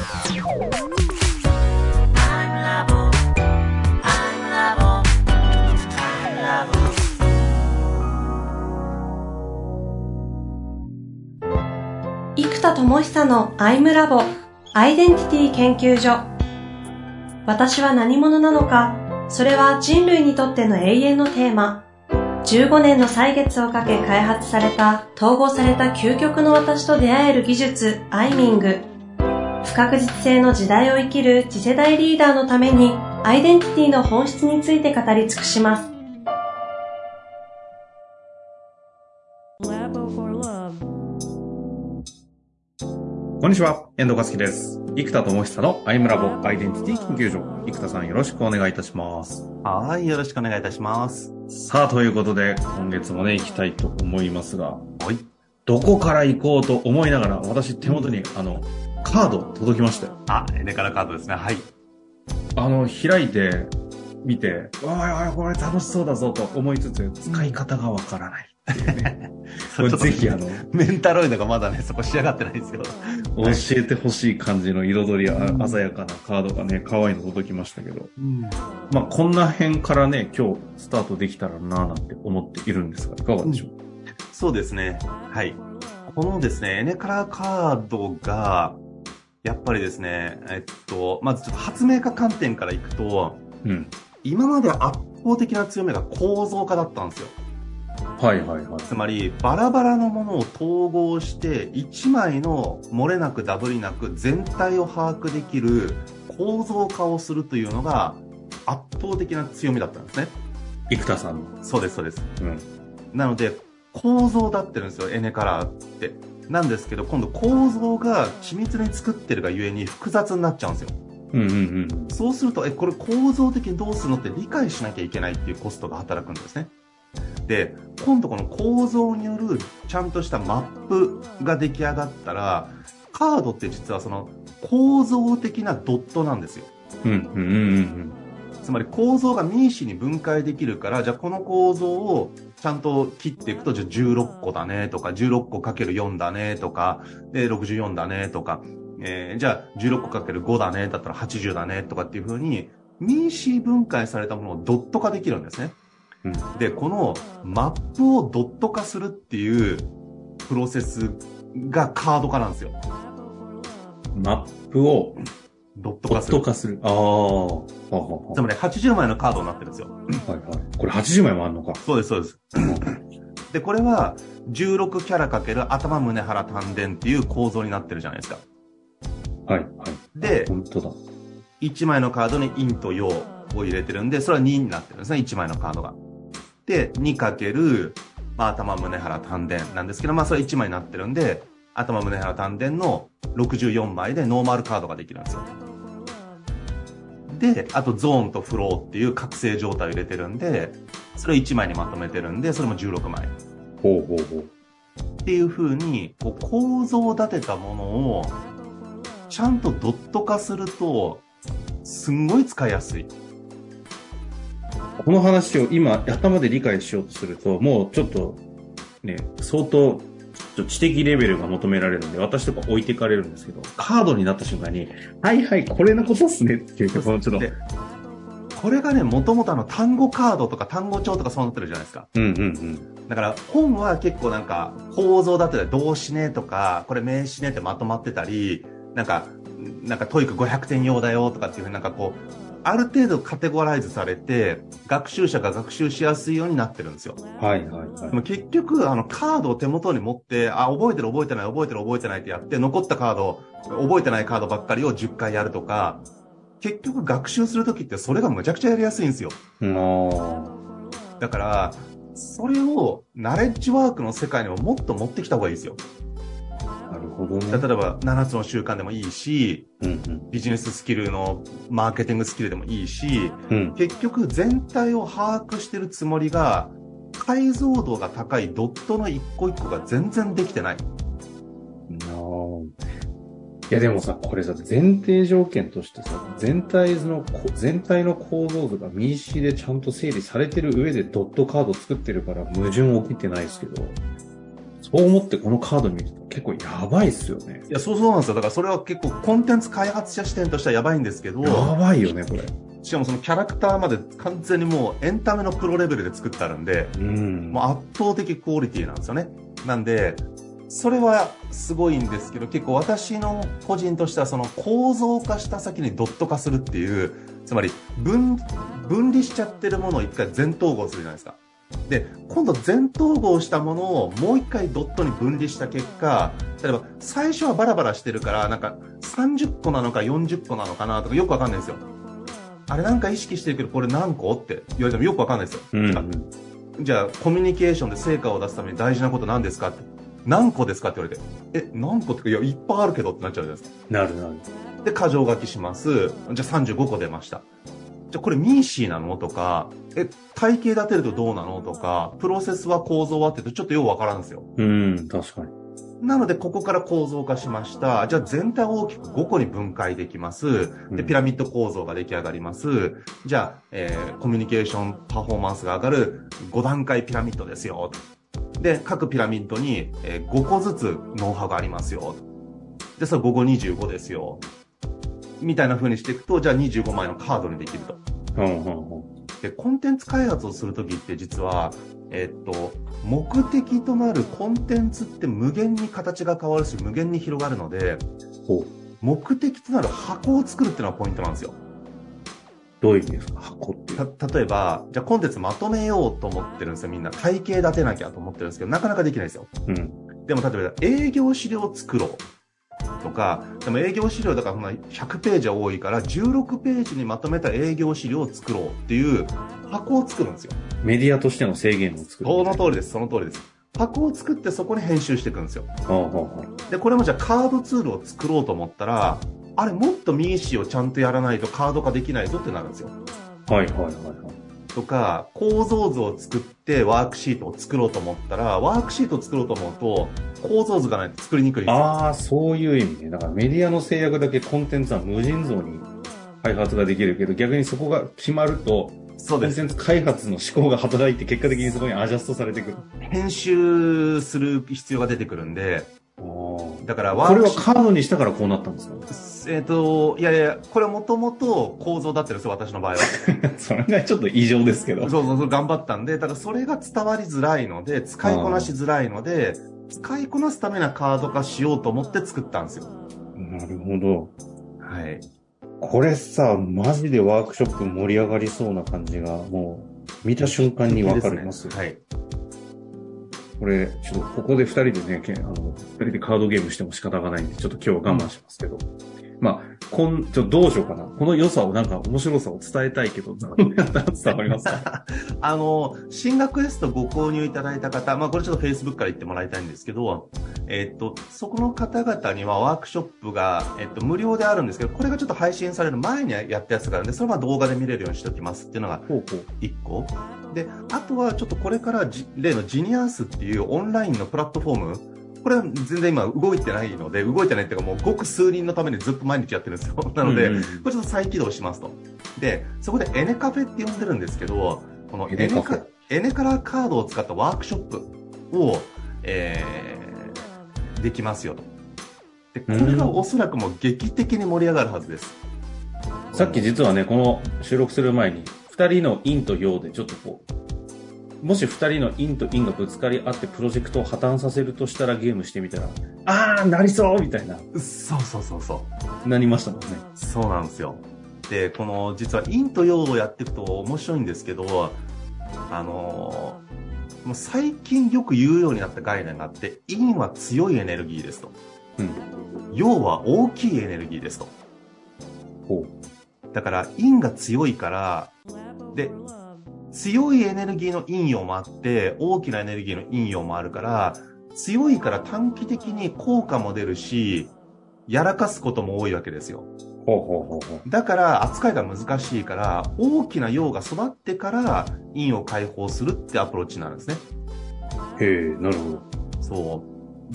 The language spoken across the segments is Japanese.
生田智久のアイムラボアイデンティティ研究所。私は何者なのか、それは人類にとっての永遠のテーマ。15年の歳月をかけ開発された統合された究極の私と出会える技術アイミング。不確実性の時代を生きる次世代リーダーのためにアイデンティティの本質について語り尽くします。 こんにちは、遠藤和樹です。生田智久のアイムラボアイデンティティ研究所。生田さんよろしくお願いいたします。 はい、よろしくお願いいたします。 さあ、ということで、今月もね、行きたいと思いますが、 はい。 どこから行こうと思いながら、私手元にカード届きましたよ。 エネカラカードですね。はい。 開いて、見て、わあ、これ楽しそうだぞと思いつつ、使い方がわからないっていうね。これぜひメンタロイドがまだね、そこ仕上がってないんですけど。 教えてほしい感じの彩り鮮やかなカードがね、可愛いの届きましたけど。まあ、こんな辺からね、今日スタートできたらなぁなんて思っているんですが、いかがでしょう？ そうですね。はい。このですね、エネカラカードが、やっぱりですね、まずちょっと発明家観点からいくと、今まで圧倒的な強みが構造化だったんですよ。 はいはいはい。 つまり、バラバラのものを統合して、一枚の漏れなくダブりなく全体を把握できる構造化をするというのが圧倒的な強みだったんですね。 生田さんの。 そうです、そうです。なので、構造だってるんですよ、エネカラーって。なんですけど、今度構造が緻密に作ってるがゆえに複雑になっちゃうんですよ。そうすると、これ構造的にどうするのって理解しなきゃいけないっていうコストが働くんですね。で、今度この構造によるちゃんとしたマップが出来上がったら、カードって実はその構造的なドットなんですよ。つまり構造がミーシに分解できるから、じゃあこの構造をちゃんと切っていくと、じゃあ16個だねとか、16個かける4だねとか、で、64だねとか、じゃあ16個かける5だねだったら80だねとかっていう風に、ミーシ分解されたものをドット化できるんですね。で、このマップをドット化するっていうプロセスがカード化なんですよ。 マップをドット化する。 つまり 80枚のカードになってるんですよ。 これ80枚もあるのか。 そうです、そうです。で、これは16キャラかける頭、胸、腹、丹田っていう構造になってるじゃないですか。で、 本当だ。 1枚のカードに陰と陽を入れてるんで、それは2になってるんですね、1枚のカードが。で、2かける、頭、胸、腹、丹田なんですけど、それ1枚になってるんで、頭、胸、腹、丹田の64枚でノーマルカードができるんですよ。で、あとゾーンとフローっていう覚醒状態を入れてるんで、それを1枚にまとめてるんで、それも16枚。っていう風に、構造を立てたものを、ちゃんとドット化すると、すんごい使いやすい。 この話を今頭で理解しようとすると、もうちょっとね、相当知的レベルが求められるんで、私とか置いてかれるんですけど、カードになった瞬間に、これのことっすねっていうところちょっと。 これがね、もともと単語カードとか単語帳とかそうなってるじゃないですか。だから本は結構なんか構造だったり動詞ねとか、これ名詞ねってまとまってたり、なんかトイック500点用だよとかっていうふうにある程度カテゴライズされて、学習者が学習しやすいようになってるんですよ。でも結局、カードを手元に持って、覚えてる覚えてない覚えてる覚えてないってやって、残ったカード、覚えてないカードばっかりを10回やるとか、結局学習するときってそれがむちゃくちゃやりやすいんですよ。だから、それをナレッジワークの世界にももっと持ってきた方がいいですよ。 なるほどね。 例えば7つの習慣でもいいし、ビジネススキルのマーケティングスキルでもいいし、結局全体を把握してるつもりが、解像度が高いドットの一個一個が全然できてない。 いやでもさ、これさ、前提条件としてさ、全体の構造図がミーシーでちゃんと整理されてる上でドットカード作ってるから矛盾起きてないですけど、そそう思ってこのカード見ると結構やばいっすよね。 いや、そうなんですよ。だからそれは結構コンテンツ開発者視点としてはやばいんですけど。 やばいよね、これ。 しかもそのキャラクターまで完全にもうエンタメのプロレベルで作ってあるんで、もう圧倒的クオリティなんですよね。なんで、それはすごいんですけど、結構私の個人としてはその構造化した先にドット化するっていう、つまり分離しちゃってるものを一回全統合するじゃないですか。で、今度全統合したものをもう一回ドットに分離した結果、例えば最初はバラバラしてるから、なんか30個なのか40個なのかなとかよくわかんないんですよ。あれなんか意識してるけどこれ何個って言われてもよくわかんないですよ。じゃあコミュニケーションで成果を出すために大事なこと何ですかって。何個ですかって言われて、何個っていや、いっぱいあるけどってなっちゃうじゃないですか。 なる。 で、箇条書きします。じゃあ35個出ました。じゃあこれミーシーなのとか、体系立てるとどうなのとか、プロセスは構造はって言うとちょっとよくわからんですよ。 確かに。 なので、ここから構造化しました。じゃあ全体を大きく5個に分解できます。で、ピラミッド構造が出来上がります。じゃあ、コミュニケーションパフォーマンスが上がる5段階ピラミッドですよ。で、各ピラミッドに5個ずつノウハウがありますよ。で、それ5個25ですよ。みたいな風にしていくと、じゃあ25枚のカードにできると。で、コンテンツ開発をするときって実は、目的となるコンテンツって無限に形が変わるし、無限に広がるので、目的となる箱を作るっていうのがポイントなんですよ。 どういう意味ですか、箱って。 例えば、じゃあコンテンツまとめようと思ってるんですよ、みんな。体系立てなきゃと思ってるんですけど、なかなかできないですよ。でも例えば、営業資料を作ろうとか、でも営業資料だから100ページは多いから、16ページにまとめた営業資料を作ろうっていう箱を作るんですよ。 メディアとしての制限を作る。 その通りです、その通りです。箱を作ってそこに編集していくんですよ。で、これもじゃあカードツールを作ろうと思ったら、あれもっとミーシーをちゃんとやらないとカード化できないぞってなるんですよ。とか、構造図を作ってワークシートを作ろうと思ったら、ワークシートを作ろうと思うと、構造図がないと作りにくいんですよ。 そういう意味ね。だからメディアの制約だけコンテンツは無尽蔵に開発ができるけど、逆にそこが決まると、コンテンツ開発の思考が働いて結果的にそこにアジャストされてくる。 編集する必要が出てくるんで、だからこれはカードにしたからこうなったんですか？ いや、これはもともと構造だったんですよ、私の場合は。 それがちょっと異常ですけど。 そう、頑張ったんで、だからそれが伝わりづらいので、使いこなしづらいので、使いこなすためなカード化しようと思って作ったんですよ。 なるほど。 はい。 これさ、マジでワークショップ盛り上がりそうな感じが、もう、見た瞬間にわかります。 はい。 これ、ちょっとここで二人でね、二人でカードゲームしても仕方がないんで、ちょっと今日は我慢しますけど。まあ、どうしようかな。この良さを面白さを伝えたいけど、伝わりますか？ 進学エストご購入いただいた方、これちょっと Facebook から言ってもらいたいんですけど、そこの方々にはワークショップが、無料であるんですけど、これがちょっと配信される前にやったやつがあるんで、それは動画で見れるようにしておきますっていうのが1個。で、あとはちょっとこれから例のジニアースっていうオンラインのプラットフォーム、これは全然今動いてないので、動いてないっていうかもうごく数人のためにずっと毎日やってるんですよ。なので、これちょっと再起動しますと。で、そこでエネカフェって呼んでるんですけど、このエネカラーカードを使ったワークショップを、できますよと。で、これがおそらくもう劇的に盛り上がるはずです。 さっき実はね、この収録する前に、二人の陰と陽でちょっともし二人の陰と陰がぶつかり合ってプロジェクトを破綻させるとしたらゲームしてみたら、なりそうみたいな。 そう。 なりましたもんね。 そうなんですよ。で、この実は陰と陽をやっていくと面白いんですけど、もう最近よく言うようになった概念があって、陰は強いエネルギーですと。陽は大きいエネルギーですと。だから陰が強いから、で、強いエネルギーの陰陽もあって、大きなエネルギーの陰陽もあるから、強いから短期的に効果も出るし、やらかすことも多いわけですよ。だから扱いが難しいから、大きな陽が育ってから陰を解放するってアプローチになるんですね。 なるほど。 そう。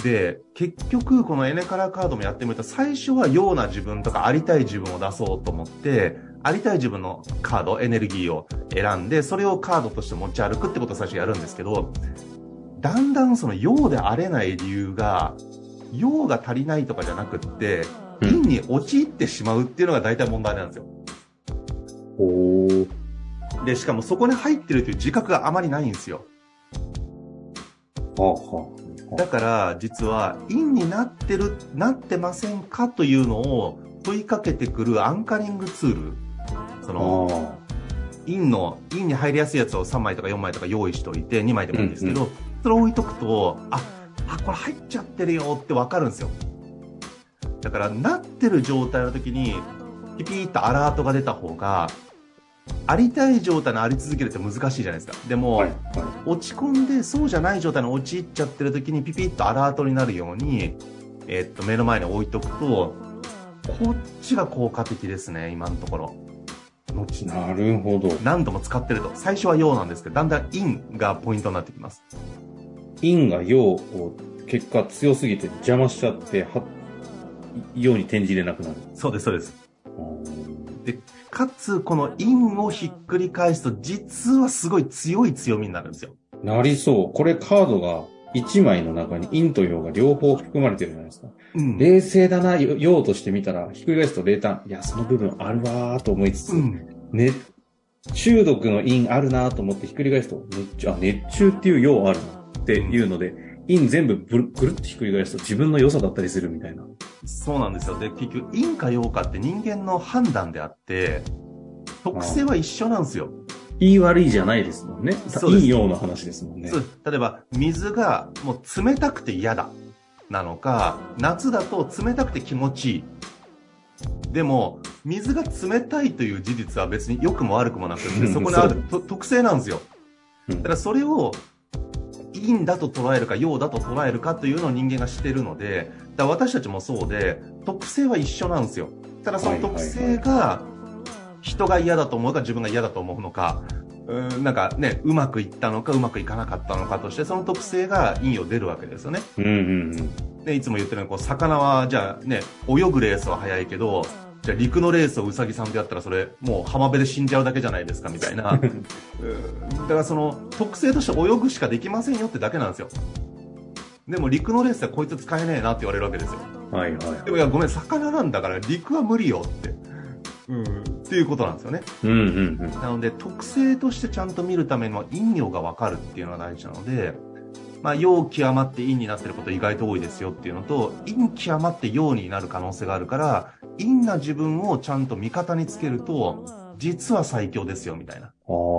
で、結局このエネカラーカードもやってみると、最初は陽な自分とかありたい自分を出そうと思って、ありたい自分のカード、エネルギーを選んで、それをカードとして持ち歩くってことを最初やるんですけど、 だんだんその陽であれない理由が、陽が足りないとかじゃなくって、陰に陥ってしまうっていうのが大体問題なんですよ。で、しかもそこに入ってるという自覚があまりないんですよ。だから実は陰になってませんかというのを問いかけてくるアンカリングツール、その陰に入りやすいやつを3枚とか4枚とか用意しておいて、2枚でもいいんですけど、それを置いとくと、これ入っちゃってるよってわかるんですよ。だからなってる状態の時にピピーッとアラートが出た方が、ありたい状態にあり続けるって難しいじゃないですか。でも、落ち込んでそうじゃない状態に陥っちゃってる時にピピッとアラートになるように、目の前に置いとくと、こっちが効果的ですね、今のところ。 なるほど。 何度も使ってると。最初は陽なんですけど、だんだん陰がポイントになってきます。 陰が陽を結果強すぎて邪魔しちゃって、陽に転じれなくなる。 そうです、そうです。で、かつ、この陰をひっくり返すと、実はすごい強い強みになるんですよ。 なりそう。これカードが1枚の中に陰と陽が両方含まれてるじゃないですか。冷静だな、陽として見たら、ひっくり返すと冷淡。いや、その部分あるわーと思いつつ、中毒の陰あるなーと思ってひっくり返すと、熱中っていう陽あるなっていうので、陰全部ぐるっとひっくり返すと自分の良さだったりするみたいな。 そうなんですよ。で、結局陰か陽かって人間の判断であって、特性は一緒なんですよ。 いい悪いじゃないですもんね。陰陽の話ですもんね。 例えば、水がもう冷たくて嫌だなのか、夏だと冷たくて気持ちいい。でも、水が冷たいという事実は別に良くも悪くもなくて、そこにある特性なんですよ。だからそれを、陰だと捉えるか陽だと捉えるかというのを人間がしてるので、だから私たちもそうで、特性は一緒なんですよ。ただその特性が人が嫌だと思うか自分が嫌だと思うのか、なんかね、うまくいったのかうまくいかなかったのかとして、その特性が陰陽出るわけですよね。で、いつも言ってるように、魚はじゃあね、泳ぐレースは早いけど、じゃあ陸のレースをウサギさんでやったらそれもう浜辺で死んじゃうだけじゃないですかみたいなだからその特性として泳ぐしかできませんよってだけなんですよ。でも陸のレースはこいつ使えねえなって言われるわけですよ。でもいやごめん、魚なんだから陸は無理よってっていうことなんですよね。なので特性としてちゃんと見るためには陰陽が分かるっていうのが大事なので、陽極まって陰になってること意外と多いですよっていうのと、陰極まって陽になる可能性があるから、陰な自分をちゃんと味方につけると、実は最強ですよみたいな。い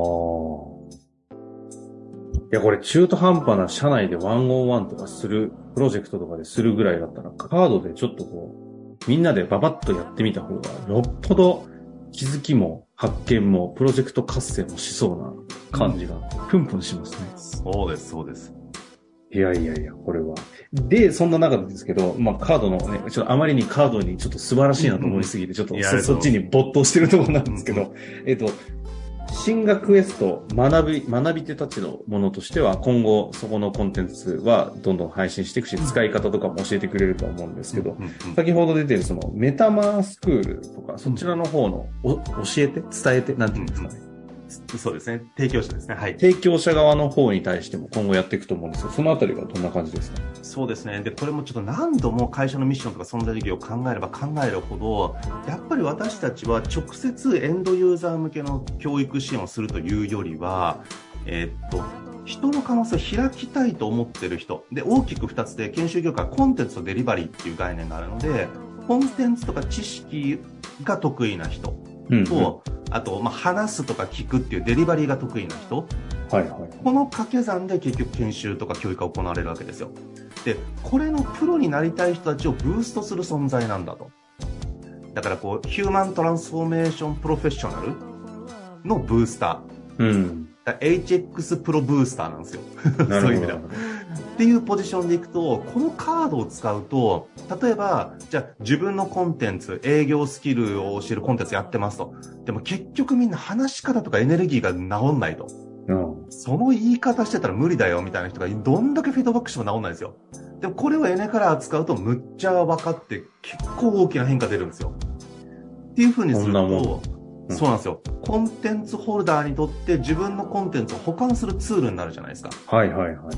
や、これ中途半端な社内で101とかする、プロジェクトとかでするぐらいだったら、カードでちょっとみんなでババッとやってみた方が、よっぽど気づきも発見もプロジェクト活性もしそうな感じが、プンプンしますね。 そうです、そうです。 いや、これは。で、そんな中ですけど、カードのね、ちょっとあまりにカードにちょっと素晴らしいなと思いすぎて、ちょっとそっちに没頭してるところなんですけど、進学クエスト学び手たちのものとしては、今後そこのコンテンツはどんどん配信していくし、使い方とかも教えてくれるとは思うんですけど、先ほど出てるそのメタマースクールとか、そちらの方の教えて、伝えて、なんていうんですかね。 そうですね。提供者ですね。はい。 提供者側の方に対しても今後やっていくと思うんですけど、そのあたりはどんな感じですか？ そうですね。で、これもちょっと何度も会社のミッションとか存在意義を考えれば考えるほど、やっぱり私たちは直接エンドユーザー向けの教育支援をするというよりは、人の可能性を開きたいと思ってる人。で、大きく2つで、研修業界はコンテンツとデリバリーっていう概念があるので、コンテンツとか知識が得意な人と、あと、話すとか聞くっていうデリバリーが得意な人。この掛け算で結局研修とか教育が行われるわけですよ。で、これのプロになりたい人たちをブーストする存在なんだと。だからヒューマントランスフォーメーションプロフェッショナルのブースター。HX プロブースターなんですよ。そういう意味では。っていうポジションでいくと、このカードを使うと、例えば、じゃあ自分のコンテンツ、営業スキルを教えるコンテンツやってますと。でも結局みんな話し方とかエネルギーが治んないと。その言い方してたら無理だよみたいな人がどんだけフィードバックしても治んないんですよ。でもこれをエネから扱うとむっちゃ分かって結構大きな変化出るんですよ。っていう風にすると、そうなんですよ。コンテンツホルダーにとって自分のコンテンツを保管するツールになるじゃないですか。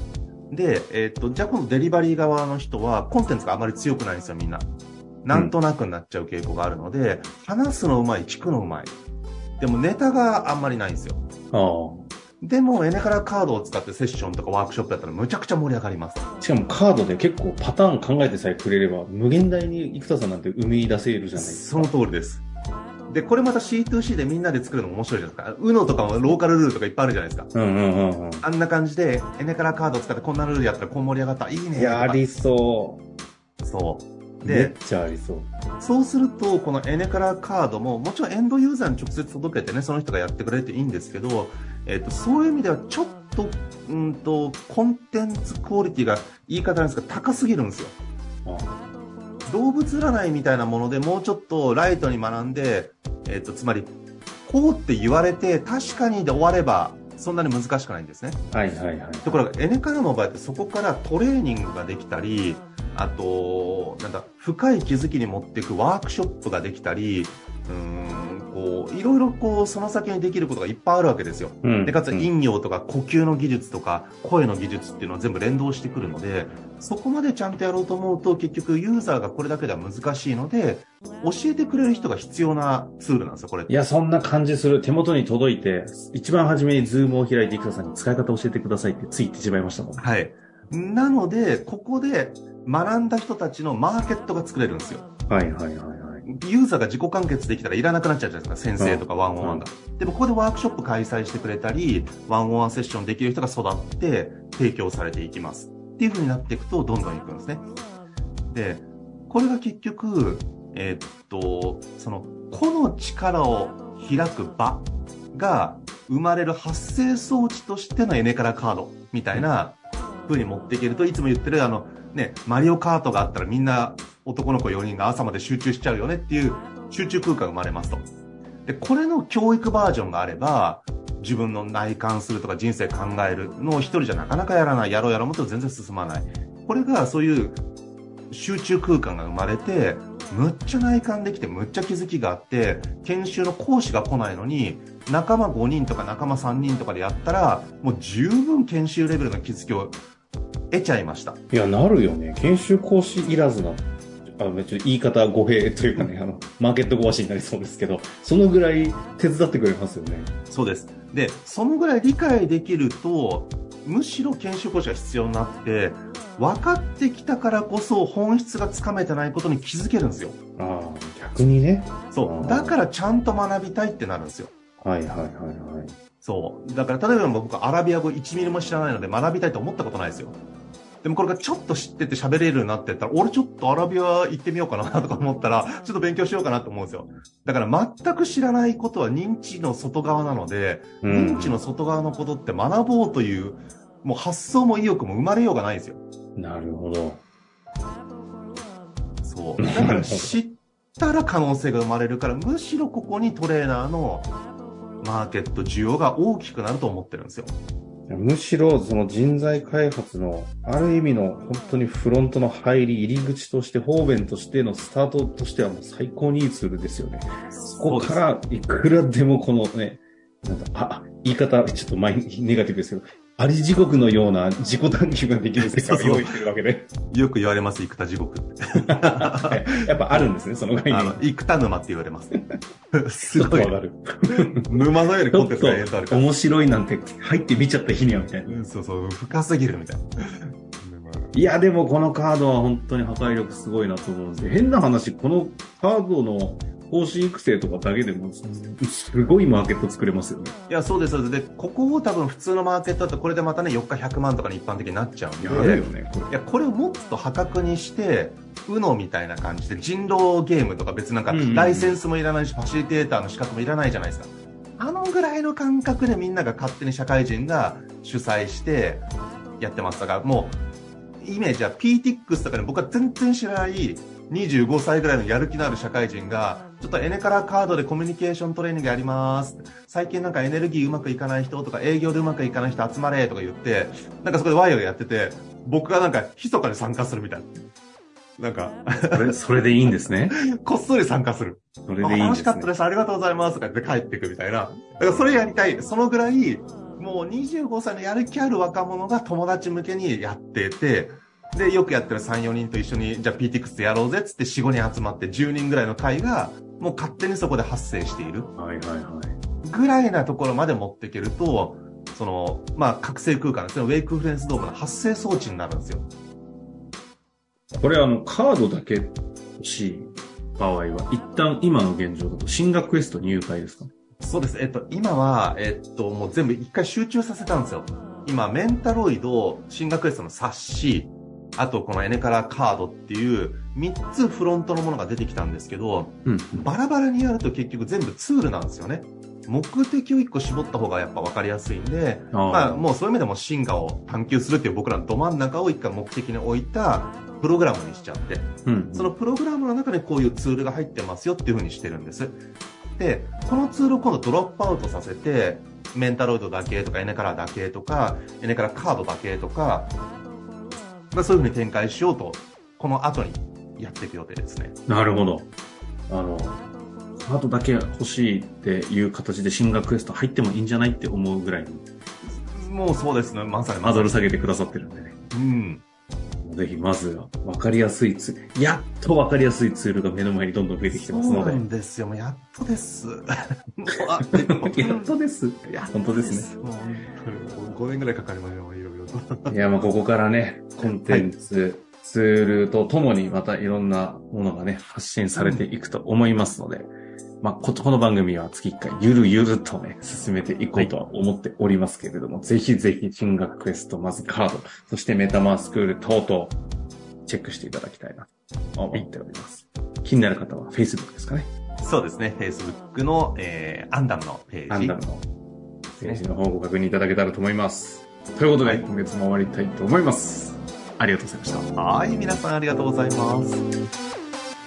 で、じゃあ今度デリバリー側の人はコンテンツがあまり強くないんですよ、みんな。なんとなくになっちゃう傾向があるので、話すのうまい、聞くのうまい。でもネタがあんまりないんですよ。でもエネカラカードを使ってセッションとかワークショップやったらむちゃくちゃ盛り上がります。 しかもカードで結構パターン考えてさえくれれば無限大に生田さんなんて生み出せるじゃないですか。その通りです。で、これまた C2C でみんなで作るのも面白いじゃないですか。UNO とかもローカルルールとかいっぱいあるじゃないですか。あんな感じでエネカラカードを使ってこんなルールやったらこう盛り上がったらいいね。 いや、ありそう。 そう。で、 めっちゃありそう。 そうすると、このエネカラカードも、もちろんエンドユーザーに直接届けてね、その人がやってくれていいんですけど、そういう意味ではちょっと、コンテンツクオリティが言い方なんですが高すぎるんですよ。動物占いみたいなものでもうちょっとライトに学んで、つまり、こうって言われて確かにで終われば、そんなに難しくないんですね。 はいはいはい。 ところがエネカラの場合ってそこからトレーニングができたり、あと、深い気づきに持っていくワークショップができたり、いろいろその先にできることがいっぱいあるわけですよ。で、かつ陰陽とか呼吸の技術とか声の技術っていうのは全部連動してくるので、そこまでちゃんとやろうと思うと結局ユーザーがこれだけでは難しいので、教えてくれる人が必要なツールなんですよ、これ。 いや、そんな感じする。手元に届いて、一番初めにズームを開いて生田さんに使い方教えてくださいってつい言ってしまいましたもん。 はい。なので、ここで学んだ人たちのマーケットが作れるんですよ。 はいはいはいはい。 ユーザーが自己完結できたらいらなくなっちゃうじゃないですか、先生とかワンオンワンが。でもここでワークショップ開催してくれたり、ワンオンワンセッションできる人が育って提供されていきます。っていう風になっていくとどんどんいくんですね。で、これが結局、その個の力を開く場が生まれる発生装置としてのエネカラカードみたいな風に持っていけると、いつも言ってるマリオカートがあったらみんな男の子4人が朝まで集中しちゃうよねっていう集中空間が生まれますと。で、これの教育バージョンがあれば、自分の内観するとか人生考えるのを一人じゃなかなかやらない。やろうもと全然進まない。これがそういう集中空間が生まれて、むっちゃ内観できて、むっちゃ気づきがあって、研修の講師が来ないのに、仲間5人とか仲間3人とかでやったら、もう十分研修レベルの気づきを得ちゃいました。 いや、なるよね。研修講師いらずな。めっちゃ言い方語弊というかね、マーケット語話になりそうですけど、そのぐらい手伝ってくれますよね。 そうです。で、そのぐらい理解できると、むしろ研修講師が必要になって、分かってきたからこそ本質がつかめてないことに気づけるんですよ。 ああ、逆にね。 そう。だからちゃんと学びたいってなるんですよ。 はいはいはいはい。 そう。だから例えば僕アラビア語1ミリも知らないので学びたいと思ったことないですよ。でもこれがちょっと知ってて喋れるようになってったら、俺ちょっとアラビア行ってみようかなとか思ったら、ちょっと勉強しようかなと思うんですよ。だから全く知らないことは認知の外側なので、認知の外側のことって学ぼうという、もう発想も意欲も生まれようがないんですよ。 なるほど。 そう。だから知ったら可能性が生まれるから、むしろここにトレーナーのマーケット需要が大きくなると思ってるんですよ。 むしろその人材開発のある意味の本当にフロントの入り口として方便としてのスタートとしてはもう最高にいいツールですよね。そこからいくらでもこのね、言い方ちょっとネガティブですけど、あり地獄のような自己探求ができる世界を用意してるわけで。 よく言われます、生田地獄って。 やっぱあるんですね、その概念。 生田沼って言われます。 すごい。わかる。 沼のようにコンテンツがあるから。 面白いなんて入って見ちゃった日にはみたいな。 そうそう、深すぎるみたいな。 いや、でもこのカードは本当に破壊力すごいなと思うんですよ。変な話、このカードの講師育成とかだけでもすごいマーケット作れますよね。 いや、そうです。で、ここを多分普通のマーケットだとこれでまたね、4日100万とかに一般的になっちゃうんで。 やるよね、これ。 いや、これをもっと破格にして、UNO みたいな感じで人狼ゲームとか別なんかライセンスもいらないし、ファシリテーターの資格もいらないじゃないですか。あのぐらいの感覚でみんなが勝手に社会人が主催してやってます。だからもう、イメージは PTX とかで僕は全然知らない25歳ぐらいのやる気のある社会人が、ちょっとエネカラカードでコミュニケーショントレーニングやります。最近なんかエネルギーうまくいかない人とか営業でうまくいかない人集まれとか言って、なんかそこでワイワイやってて、僕がなんか密かに参加するみたいな。なんかそれでいいんですね。 こっそり参加する。 それでいいんですね。 楽しかったです。ありがとうございますとか言って帰っていくみたいな。だからそれやりたい。そのぐらい、 もう25歳のやる気ある若者が友達向けにやってて、で、よくやってる3、4人と一緒に、じゃあ PTX でやろうぜっつって4、5人集まって10人ぐらいの会が、もう勝手にそこで発生している。 はいはいはい。 ぐらいなところまで持っていけると、覚醒空間ですね、ウェイクフルネスドームの発生装置になるんですよ。 これカードだけ欲しい場合は、一旦今の現状だと、進学クエスト入会ですか？ そうです。今は、もう全部一回集中させたんですよ。今、メンタロイド、進学クエストの冊子、あとこのエネカラーカードっていう3つフロントのものが出てきたんですけど、バラバラにやると結局全部ツールなんですよね。目的を1個絞った方がやっぱ分かりやすいんで、もうそういう意味でも進化を探求するっていう僕らのど真ん中を1回目的に置いたプログラムにしちゃって、そのプログラムの中にこういうツールが入ってますよっていう風にしてるんです。で、このツールを今度ドロップアウトさせて、メンタロイドだけとかエネカラーだけとか、エネカラーカードだけとか、そういう風に展開しようと、この後にやっていく予定ですね。 なるほど。カードだけ欲しいっていう形で進学クエスト入ってもいいんじゃないって思うぐらいに。 もうそうですね、まさに。 ハードル下げてくださってるんでね。ぜひまずは分かりやすいやっと分かりやすいツールが目の前にどんどん増えてきてますので。 そうなんですよ。もうやっとです。やっとです。本当ですね。 もう本当に5年ぐらいかかりましたよ、いろいろと。 いや、ここからね、コンテンツ、ツールとともにまたいろんなものがね、発信されていくと思いますので、この番組は月1回ゆるゆるとね、進めていこうとは思っておりますけれども、ぜひぜひ進学クエスト、まずカード、そしてメタマースクール等々、チェックしていただきたいなと思っております。気になる方は Facebook ですかね。 そうですね、Facebook の、アンダムのページ。 アンダムのページの方をご確認いただけたらと思います。ということで、今月も終わりたいと思います。ありがとうございました。 はい、皆さんありがとうございます。